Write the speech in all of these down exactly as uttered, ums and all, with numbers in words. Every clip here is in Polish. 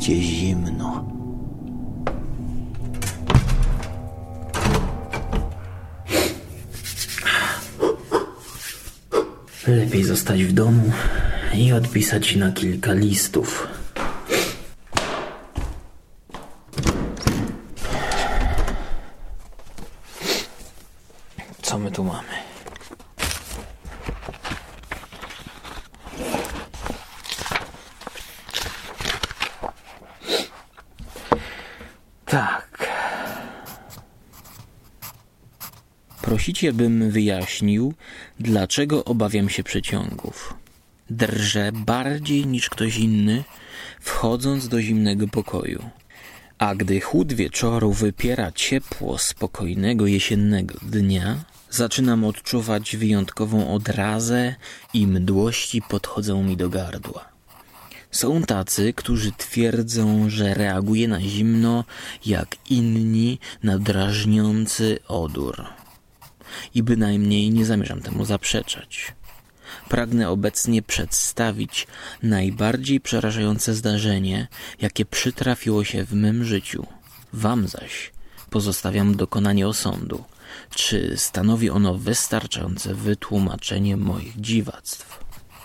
będzie zimno. Lepiej zostać w domu i odpisać na kilka listów. Co my tu mamy? Tak. Prosicie, bym wyjaśnił, dlaczego obawiam się przeciągów. Drżę bardziej niż ktoś inny, wchodząc do zimnego pokoju. A gdy chłód wieczoru wypiera ciepło spokojnego jesiennego dnia, zaczynam odczuwać wyjątkową odrazę i mdłości podchodzą mi do gardła. Są tacy, którzy twierdzą, że reaguje na zimno jak inni na drażniący odór. I bynajmniej nie zamierzam temu zaprzeczać. Pragnę obecnie przedstawić najbardziej przerażające zdarzenie, jakie przytrafiło się w mym życiu. Wam zaś pozostawiam dokonanie osądu, czy stanowi ono wystarczające wytłumaczenie moich dziwactw.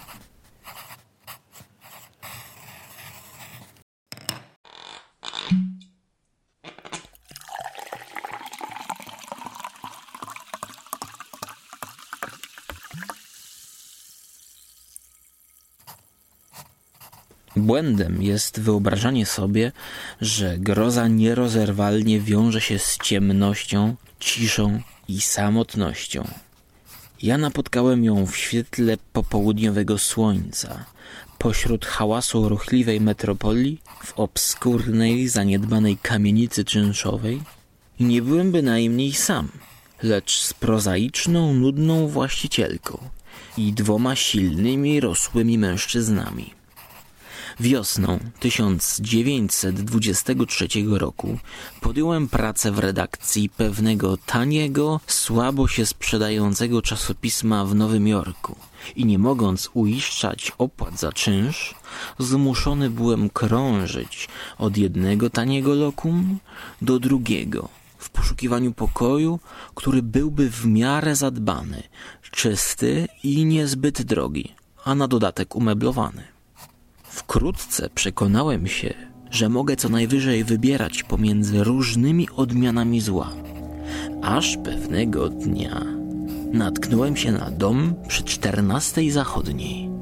Błędem jest wyobrażanie sobie, że groza nierozerwalnie wiąże się z ciemnością, ciszą i samotnością. Ja napotkałem ją w świetle popołudniowego słońca, pośród hałasu ruchliwej metropolii, w obskurnej, zaniedbanej kamienicy czynszowej i nie byłem bynajmniej sam, lecz z prozaiczną, nudną właścicielką i dwoma silnymi, rosłymi mężczyznami. Wiosną tysiąc dziewięćset dwudziestego trzeciego roku podjąłem pracę w redakcji pewnego taniego, słabo się sprzedającego czasopisma w Nowym Jorku i nie mogąc uiszczać opłat za czynsz, zmuszony byłem krążyć od jednego taniego lokum do drugiego w poszukiwaniu pokoju, który byłby w miarę zadbany, czysty i niezbyt drogi, a na dodatek umeblowany. Wkrótce przekonałem się, że mogę co najwyżej wybierać pomiędzy różnymi odmianami zła. Aż pewnego dnia natknąłem się na dom przy czternastej Zachodniej.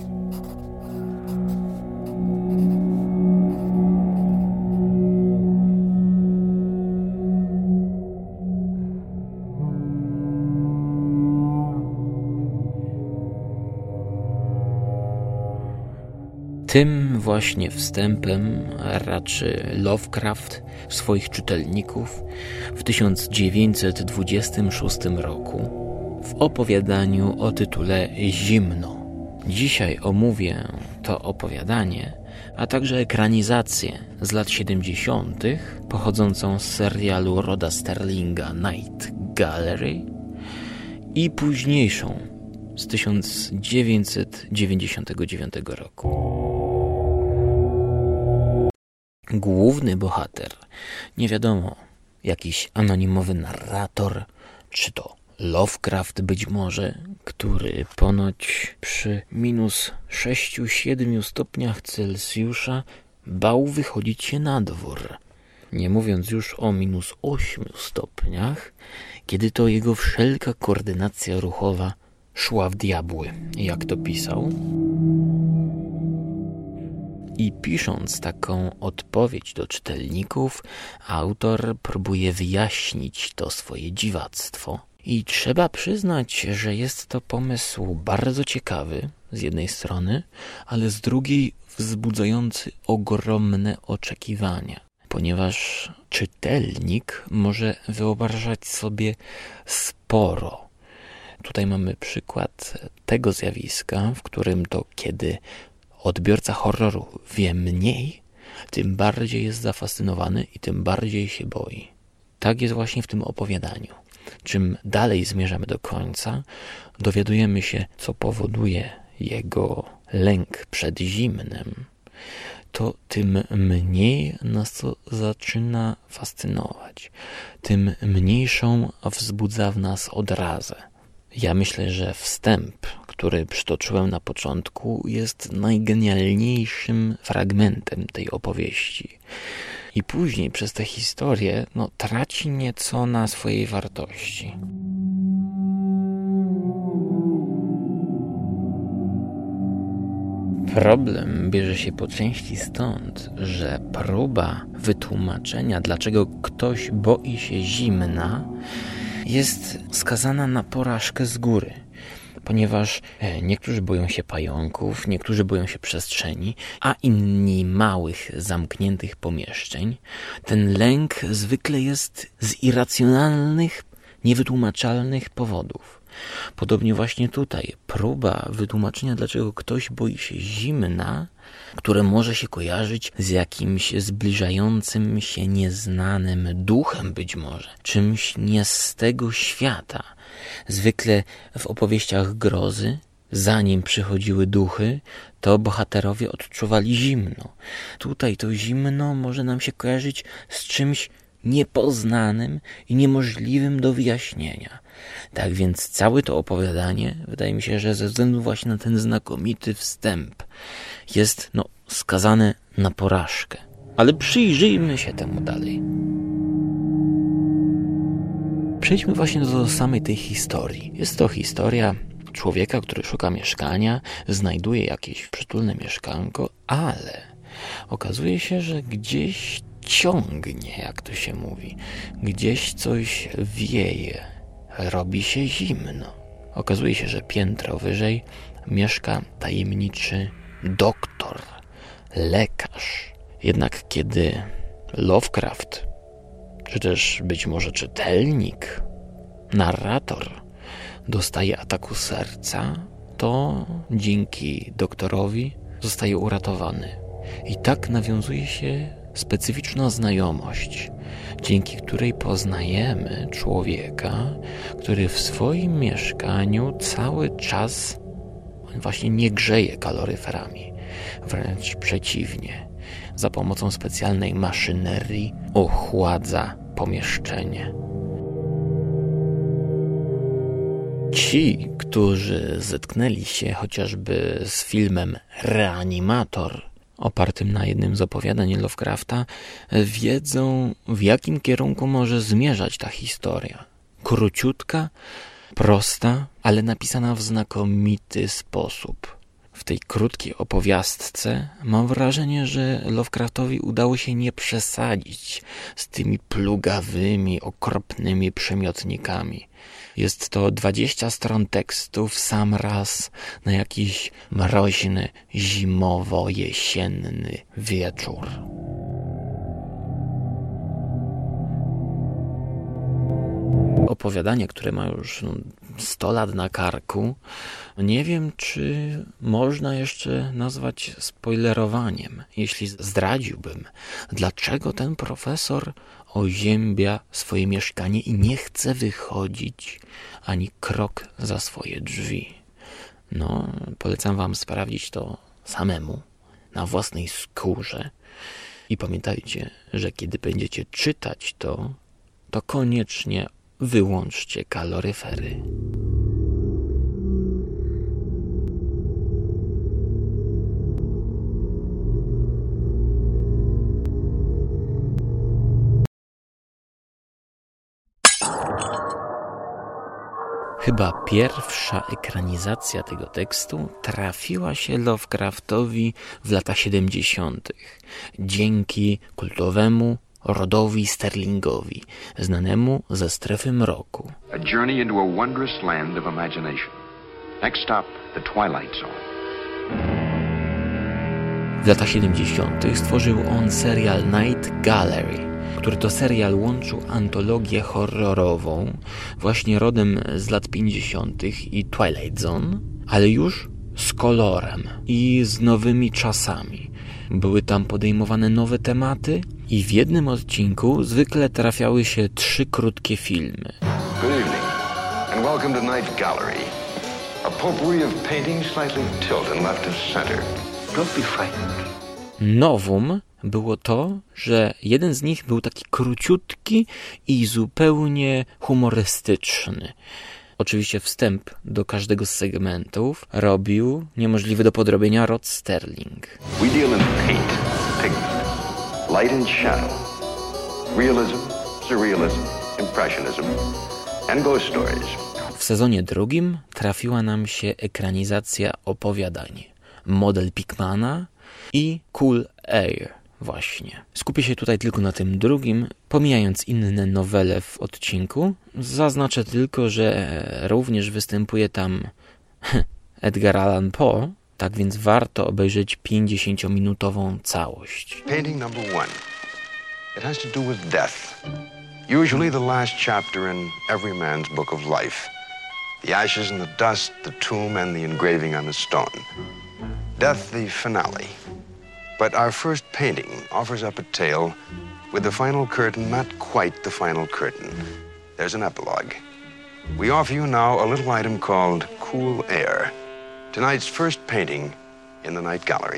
Tym właśnie wstępem raczy Lovecraft swoich czytelników w tysiąc dziewięćset dwudziestym szóstym roku w opowiadaniu o tytule Zimno. Dzisiaj omówię to opowiadanie, a także ekranizację z lat siedemdziesiątych pochodzącą z serialu Roda Sterlinga Night Gallery i późniejszą z tysiąc dziewięćset dziewięćdziesiątego dziewiątego roku. Główny bohater, nie wiadomo, jakiś anonimowy narrator, czy to Lovecraft być może, który ponoć przy minus sześciu siedmiu stopniach Celsjusza bał wychodzić się na dwór. Nie mówiąc już o minus ośmiu stopniach, kiedy to jego wszelka koordynacja ruchowa szła w diabły, jak to pisał. I pisząc taką odpowiedź do czytelników, autor próbuje wyjaśnić to swoje dziwactwo. I trzeba przyznać, że jest to pomysł bardzo ciekawy z jednej strony, ale z drugiej wzbudzający ogromne oczekiwania, ponieważ czytelnik może wyobrażać sobie sporo. Tutaj mamy przykład tego zjawiska, w którym to kiedy odbiorca horroru wie mniej, tym bardziej jest zafascynowany i tym bardziej się boi. Tak jest właśnie w tym opowiadaniu. Czym dalej zmierzamy do końca, dowiadujemy się, co powoduje jego lęk przed zimnem, to tym mniej nas to zaczyna fascynować, tym mniejszą wzbudza w nas odrazę. Ja myślę, że wstęp, który przytoczyłem na początku, jest najgenialniejszym fragmentem tej opowieści. I później przez tę historię no, traci nieco na swojej wartości. Problem bierze się po części stąd, że próba wytłumaczenia, dlaczego ktoś boi się zimna, jest skazana na porażkę z góry. Ponieważ niektórzy boją się pająków, niektórzy boją się przestrzeni, a inni małych, zamkniętych pomieszczeń. Ten lęk zwykle jest z irracjonalnych, niewytłumaczalnych powodów. Podobnie właśnie tutaj próba wytłumaczenia, dlaczego ktoś boi się zimna, które może się kojarzyć z jakimś zbliżającym się nieznanym duchem być może, czymś nie z tego świata. Zwykle w opowieściach grozy, zanim przychodziły duchy, to bohaterowie odczuwali zimno. Tutaj to zimno może nam się kojarzyć z czymś niepoznanym i niemożliwym do wyjaśnienia. Tak więc całe to opowiadanie, wydaje mi się, że ze względu właśnie na ten znakomity wstęp jest no, skazane na porażkę. Ale przyjrzyjmy się temu dalej. Przejdźmy właśnie do samej tej historii. Jest to historia człowieka, który szuka mieszkania, znajduje jakieś przytulne mieszkanko, ale okazuje się, że gdzieś ciągnie, jak to się mówi. Gdzieś coś wieje. Robi się zimno. Okazuje się, że piętro wyżej mieszka tajemniczy doktor, lekarz. Jednak kiedy Lovecraft, czy też być może czytelnik, narrator dostaje ataku serca, to dzięki doktorowi zostaje uratowany. I tak nawiązuje się specyficzna znajomość, dzięki której poznajemy człowieka, który w swoim mieszkaniu cały czas właśnie nie grzeje kaloryferami, wręcz przeciwnie. Za pomocą specjalnej maszynerii ochładza pomieszczenie. Ci, którzy zetknęli się chociażby z filmem Reanimator, opartym na jednym z opowiadań Lovecrafta, wiedzą, w jakim kierunku może zmierzać ta historia. Króciutka, prosta, ale napisana w znakomity sposób. W tej krótkiej opowiastce mam wrażenie, że Lovecraftowi udało się nie przesadzić z tymi plugawymi, okropnymi przymiotnikami. Jest to dwadzieścia stron tekstu w sam raz na jakiś mroźny, zimowo-jesienny wieczór. Opowiadanie, które ma już no, sto lat na karku, nie wiem, czy można jeszcze nazwać spoilerowaniem, jeśli zdradziłbym, dlaczego ten profesor oziębia swoje mieszkanie i nie chce wychodzić ani krok za swoje drzwi. No, polecam wam sprawdzić to samemu, na własnej skórze. I pamiętajcie, że kiedy będziecie czytać to, to koniecznie wyłączcie kaloryfery. Chyba pierwsza ekranizacja tego tekstu trafiła się Lovecraftowi w latach siedemdziesiątych dzięki kultowemu Rodowi Sterlingowi, znanemu ze Strefy Mroku. A journey into a wondrous land of imagination. Next stop, the Twilight Zone. W latach siedemdziesiątych stworzył on serial Night Gallery, który to serial łączył antologię horrorową, właśnie rodem z lat pięćdziesiątych i Twilight Zone, ale już z kolorem i z nowymi czasami. Były tam podejmowane nowe tematy i w jednym odcinku zwykle trafiały się trzy krótkie filmy. Good evening and welcome to Night Gallery. A potpourri of paintings slightly tilted left of center. Don't be frightened. Nowum było to, że jeden z nich był taki króciutki i zupełnie humorystyczny. Oczywiście wstęp do każdego z segmentów robił niemożliwy do podrobienia Rod Sterling. We deal in paint, pigment, light and shadow, realism, surrealism, impressionism and ghost stories. W sezonie drugim trafiła nam się ekranizacja opowiadań Model Pickmana i Cool Air właśnie. Skupię się tutaj tylko na tym drugim, pomijając inne nowele w odcinku. Zaznaczę tylko, że również występuje tam Edgar Allan Poe, tak więc warto obejrzeć pięćdziesięciominutową całość. Painting number one. It has to do with death. Usually the last chapter in every man's book of life. The ashes and the dust, the tomb and the engraving on the stone. Death the finale. But our first painting offers up a tale with the final curtain not quite the final curtain. There's an epilogue. We offer you now a little item called Cool Air. Tonight's first painting in the Night Gallery.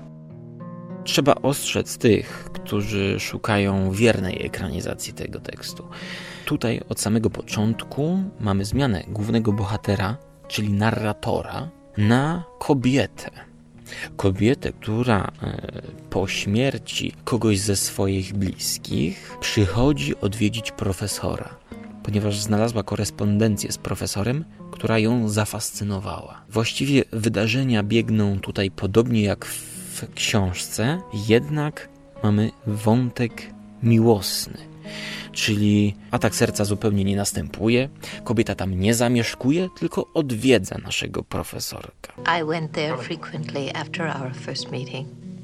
Trzeba ostrzec tych, którzy szukają wiernej ekranizacji tego tekstu. Tutaj od samego początku mamy zmianę głównego bohatera, czyli narratora, na kobietę. Kobietę, która e, po śmierci kogoś ze swoich bliskich przychodzi odwiedzić profesora, ponieważ znalazła korespondencję z profesorem, która ją zafascynowała. Właściwie wydarzenia biegną tutaj podobnie jak w książce, jednak mamy wątek miłosny. Czyli atak serca zupełnie nie następuje, kobieta tam nie zamieszkuje, tylko odwiedza naszego profesorka. I went there frequently after our first meeting,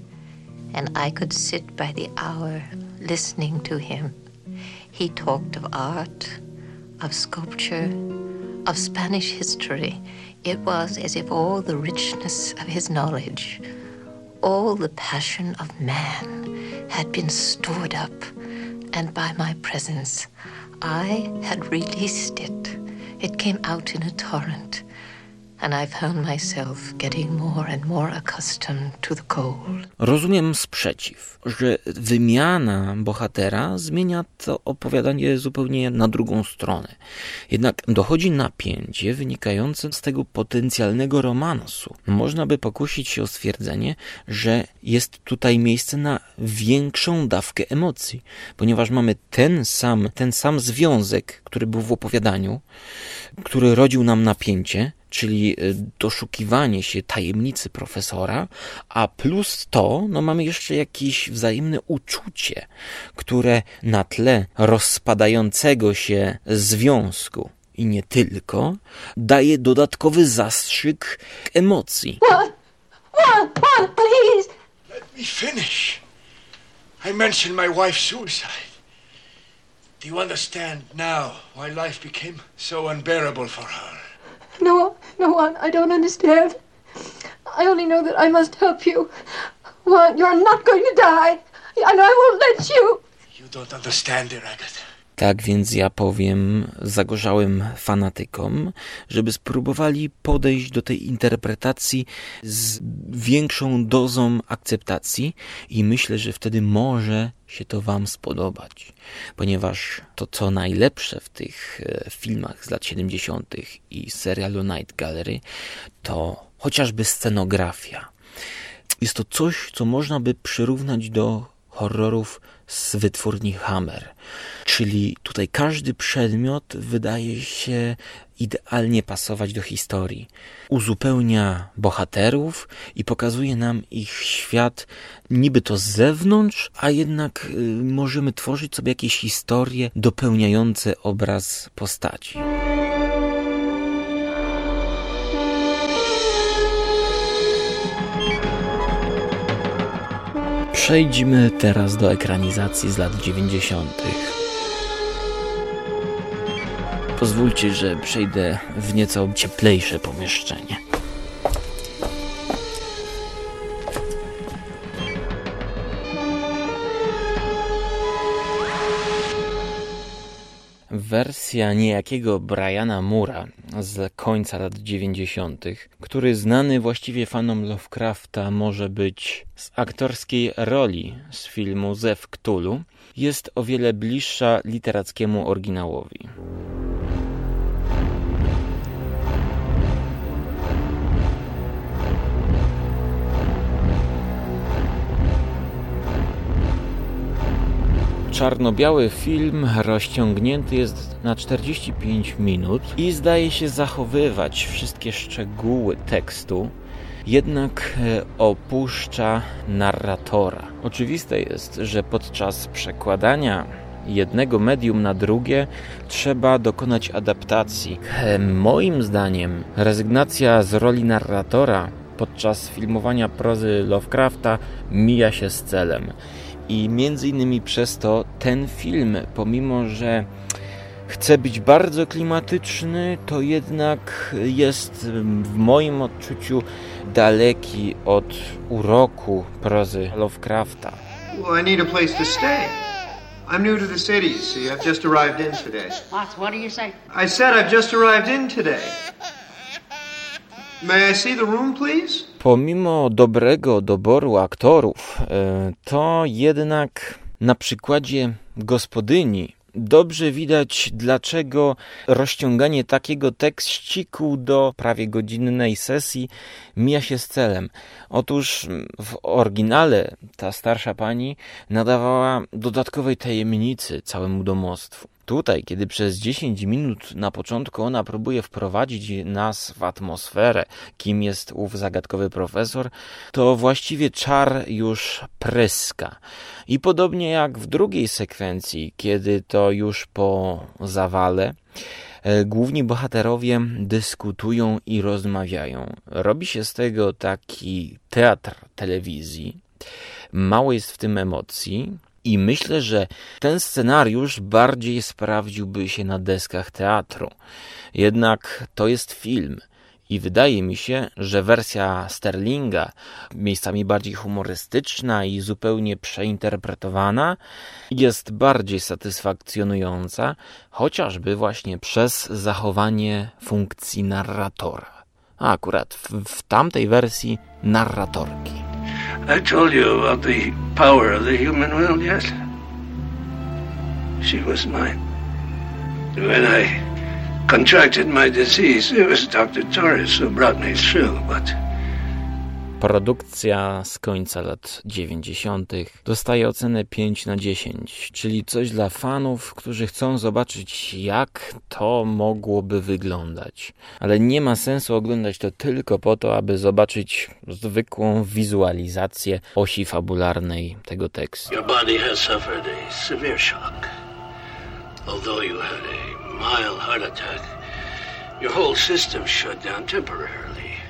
and I could sit by the hour listening to him. He talked of art, of sculpture, of Spanish history. It was as if all the richness of his knowledge, all the passion of man had been stored up. And by my presence, I had released it. It came out in a torrent, and I found myself getting more and more accustomed to the cold. Rozumiem sprzeciw, że wymiana bohatera zmienia to opowiadanie zupełnie na drugą stronę. Jednak dochodzi napięcie wynikające z tego potencjalnego romansu. Można by pokusić się o stwierdzenie, że jest tutaj miejsce na większą dawkę emocji, ponieważ mamy ten sam, ten sam związek, który był w opowiadaniu, który rodził nam napięcie, czyli doszukiwanie się tajemnicy profesora, a plus to, no mamy jeszcze jakieś wzajemne uczucie, które na tle rozpadającego się związku i nie tylko, daje dodatkowy zastrzyk emocji. One, one, one, please! Let me finish. I mentioned my wife's suicide. Do you understand now why life became so unbearable for her? No, no, one, I don't understand. I only know that I must help you. One, you're not going to die, and I won't let you. You don't understand it, Agatha. Tak więc ja powiem zagorzałym fanatykom, żeby spróbowali podejść do tej interpretacji z większą dozą akceptacji i myślę, że wtedy może się to wam spodobać, ponieważ to, co najlepsze w tych filmach z lat siedemdziesiątych i serialu Night Gallery, to chociażby scenografia. Jest to coś, co można by przyrównać do horrorów z wytwórni Hammer. Czyli tutaj każdy przedmiot wydaje się idealnie pasować do historii. Uzupełnia bohaterów i pokazuje nam ich świat niby to z zewnątrz, a jednak y, możemy tworzyć sobie jakieś historie dopełniające obraz postaci. Przejdźmy teraz do ekranizacji z lat dziewięćdziesiątych. Pozwólcie, że przejdę w nieco cieplejsze pomieszczenie. wersja niejakiego Briana Moore'a z końca lat dziewięćdziesiątych, który znany właściwie fanom Lovecrafta może być z aktorskiej roli z filmu Zew Cthulhu, jest o wiele bliższa literackiemu oryginałowi. Czarno-biały film rozciągnięty jest na czterdzieści pięć minut i zdaje się zachowywać wszystkie szczegóły tekstu, jednak opuszcza narratora. Oczywiste jest, że podczas przekładania jednego medium na drugie trzeba dokonać adaptacji. Moim zdaniem rezygnacja z roli narratora podczas filmowania prozy Lovecrafta mija się z celem. I między innymi przez to ten film, pomimo że chce być bardzo klimatyczny, to jednak jest w moim odczuciu daleki od uroku prozy Lovecrafta. Well, I need a place to stay. I'm new to the city, you see. I've just arrived in today. What? What do you say? I said I've just arrived in today. May I see the room, please? Pomimo dobrego doboru aktorów, to jednak na przykładzie gospodyni dobrze widać, dlaczego rozciąganie takiego tekściku do prawie godzinnej sesji mija się z celem. Otóż w oryginale ta starsza pani nadawała dodatkowej tajemnicy całemu domostwu. Tutaj, kiedy przez dziesięć minut na początku ona próbuje wprowadzić nas w atmosferę, kim jest ów zagadkowy profesor, to właściwie czar już pryska. I podobnie jak w drugiej sekwencji, kiedy to już po zawale główni bohaterowie dyskutują i rozmawiają. Robi się z tego taki teatr telewizji. Mało jest w tym emocji. I myślę, że ten scenariusz bardziej sprawdziłby się na deskach teatru. Jednak to jest film i wydaje mi się, że wersja Sterlinga, miejscami bardziej humorystyczna i zupełnie przeinterpretowana, jest bardziej satysfakcjonująca, chociażby właśnie przez zachowanie funkcji narratora. A akurat w, w tamtej wersji narratorki. I told you about the power of the human will, yes? She was mine. When I contracted my disease, it was Doctor Torres who brought me through, but... Produkcja z końca lat dziewięćdziesiątych dostaje ocenę pięć na dziesięć, czyli coś dla fanów, którzy chcą zobaczyć, jak to mogłoby wyglądać. Ale nie ma sensu oglądać to tylko po to, aby zobaczyć zwykłą wizualizację osi fabularnej tego tekstu. Your body has suffered a severe shock. Although you had a mild heart attack, your whole system shut down temporarily.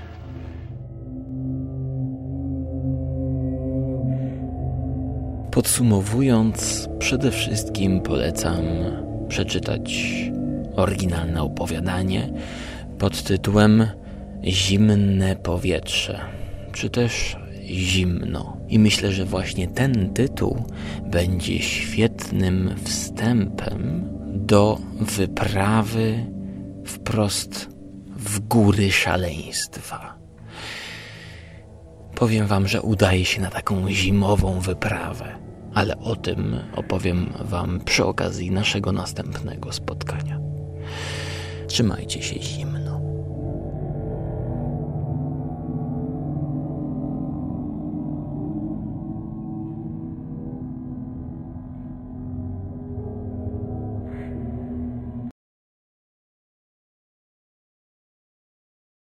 Podsumowując, przede wszystkim polecam przeczytać oryginalne opowiadanie pod tytułem Zimne powietrze, czy też Zimno. I myślę, że właśnie ten tytuł będzie świetnym wstępem do wyprawy wprost w góry szaleństwa. Powiem wam, że udaje się na taką zimową wyprawę, ale o tym opowiem wam przy okazji naszego następnego spotkania. Trzymajcie się zimno.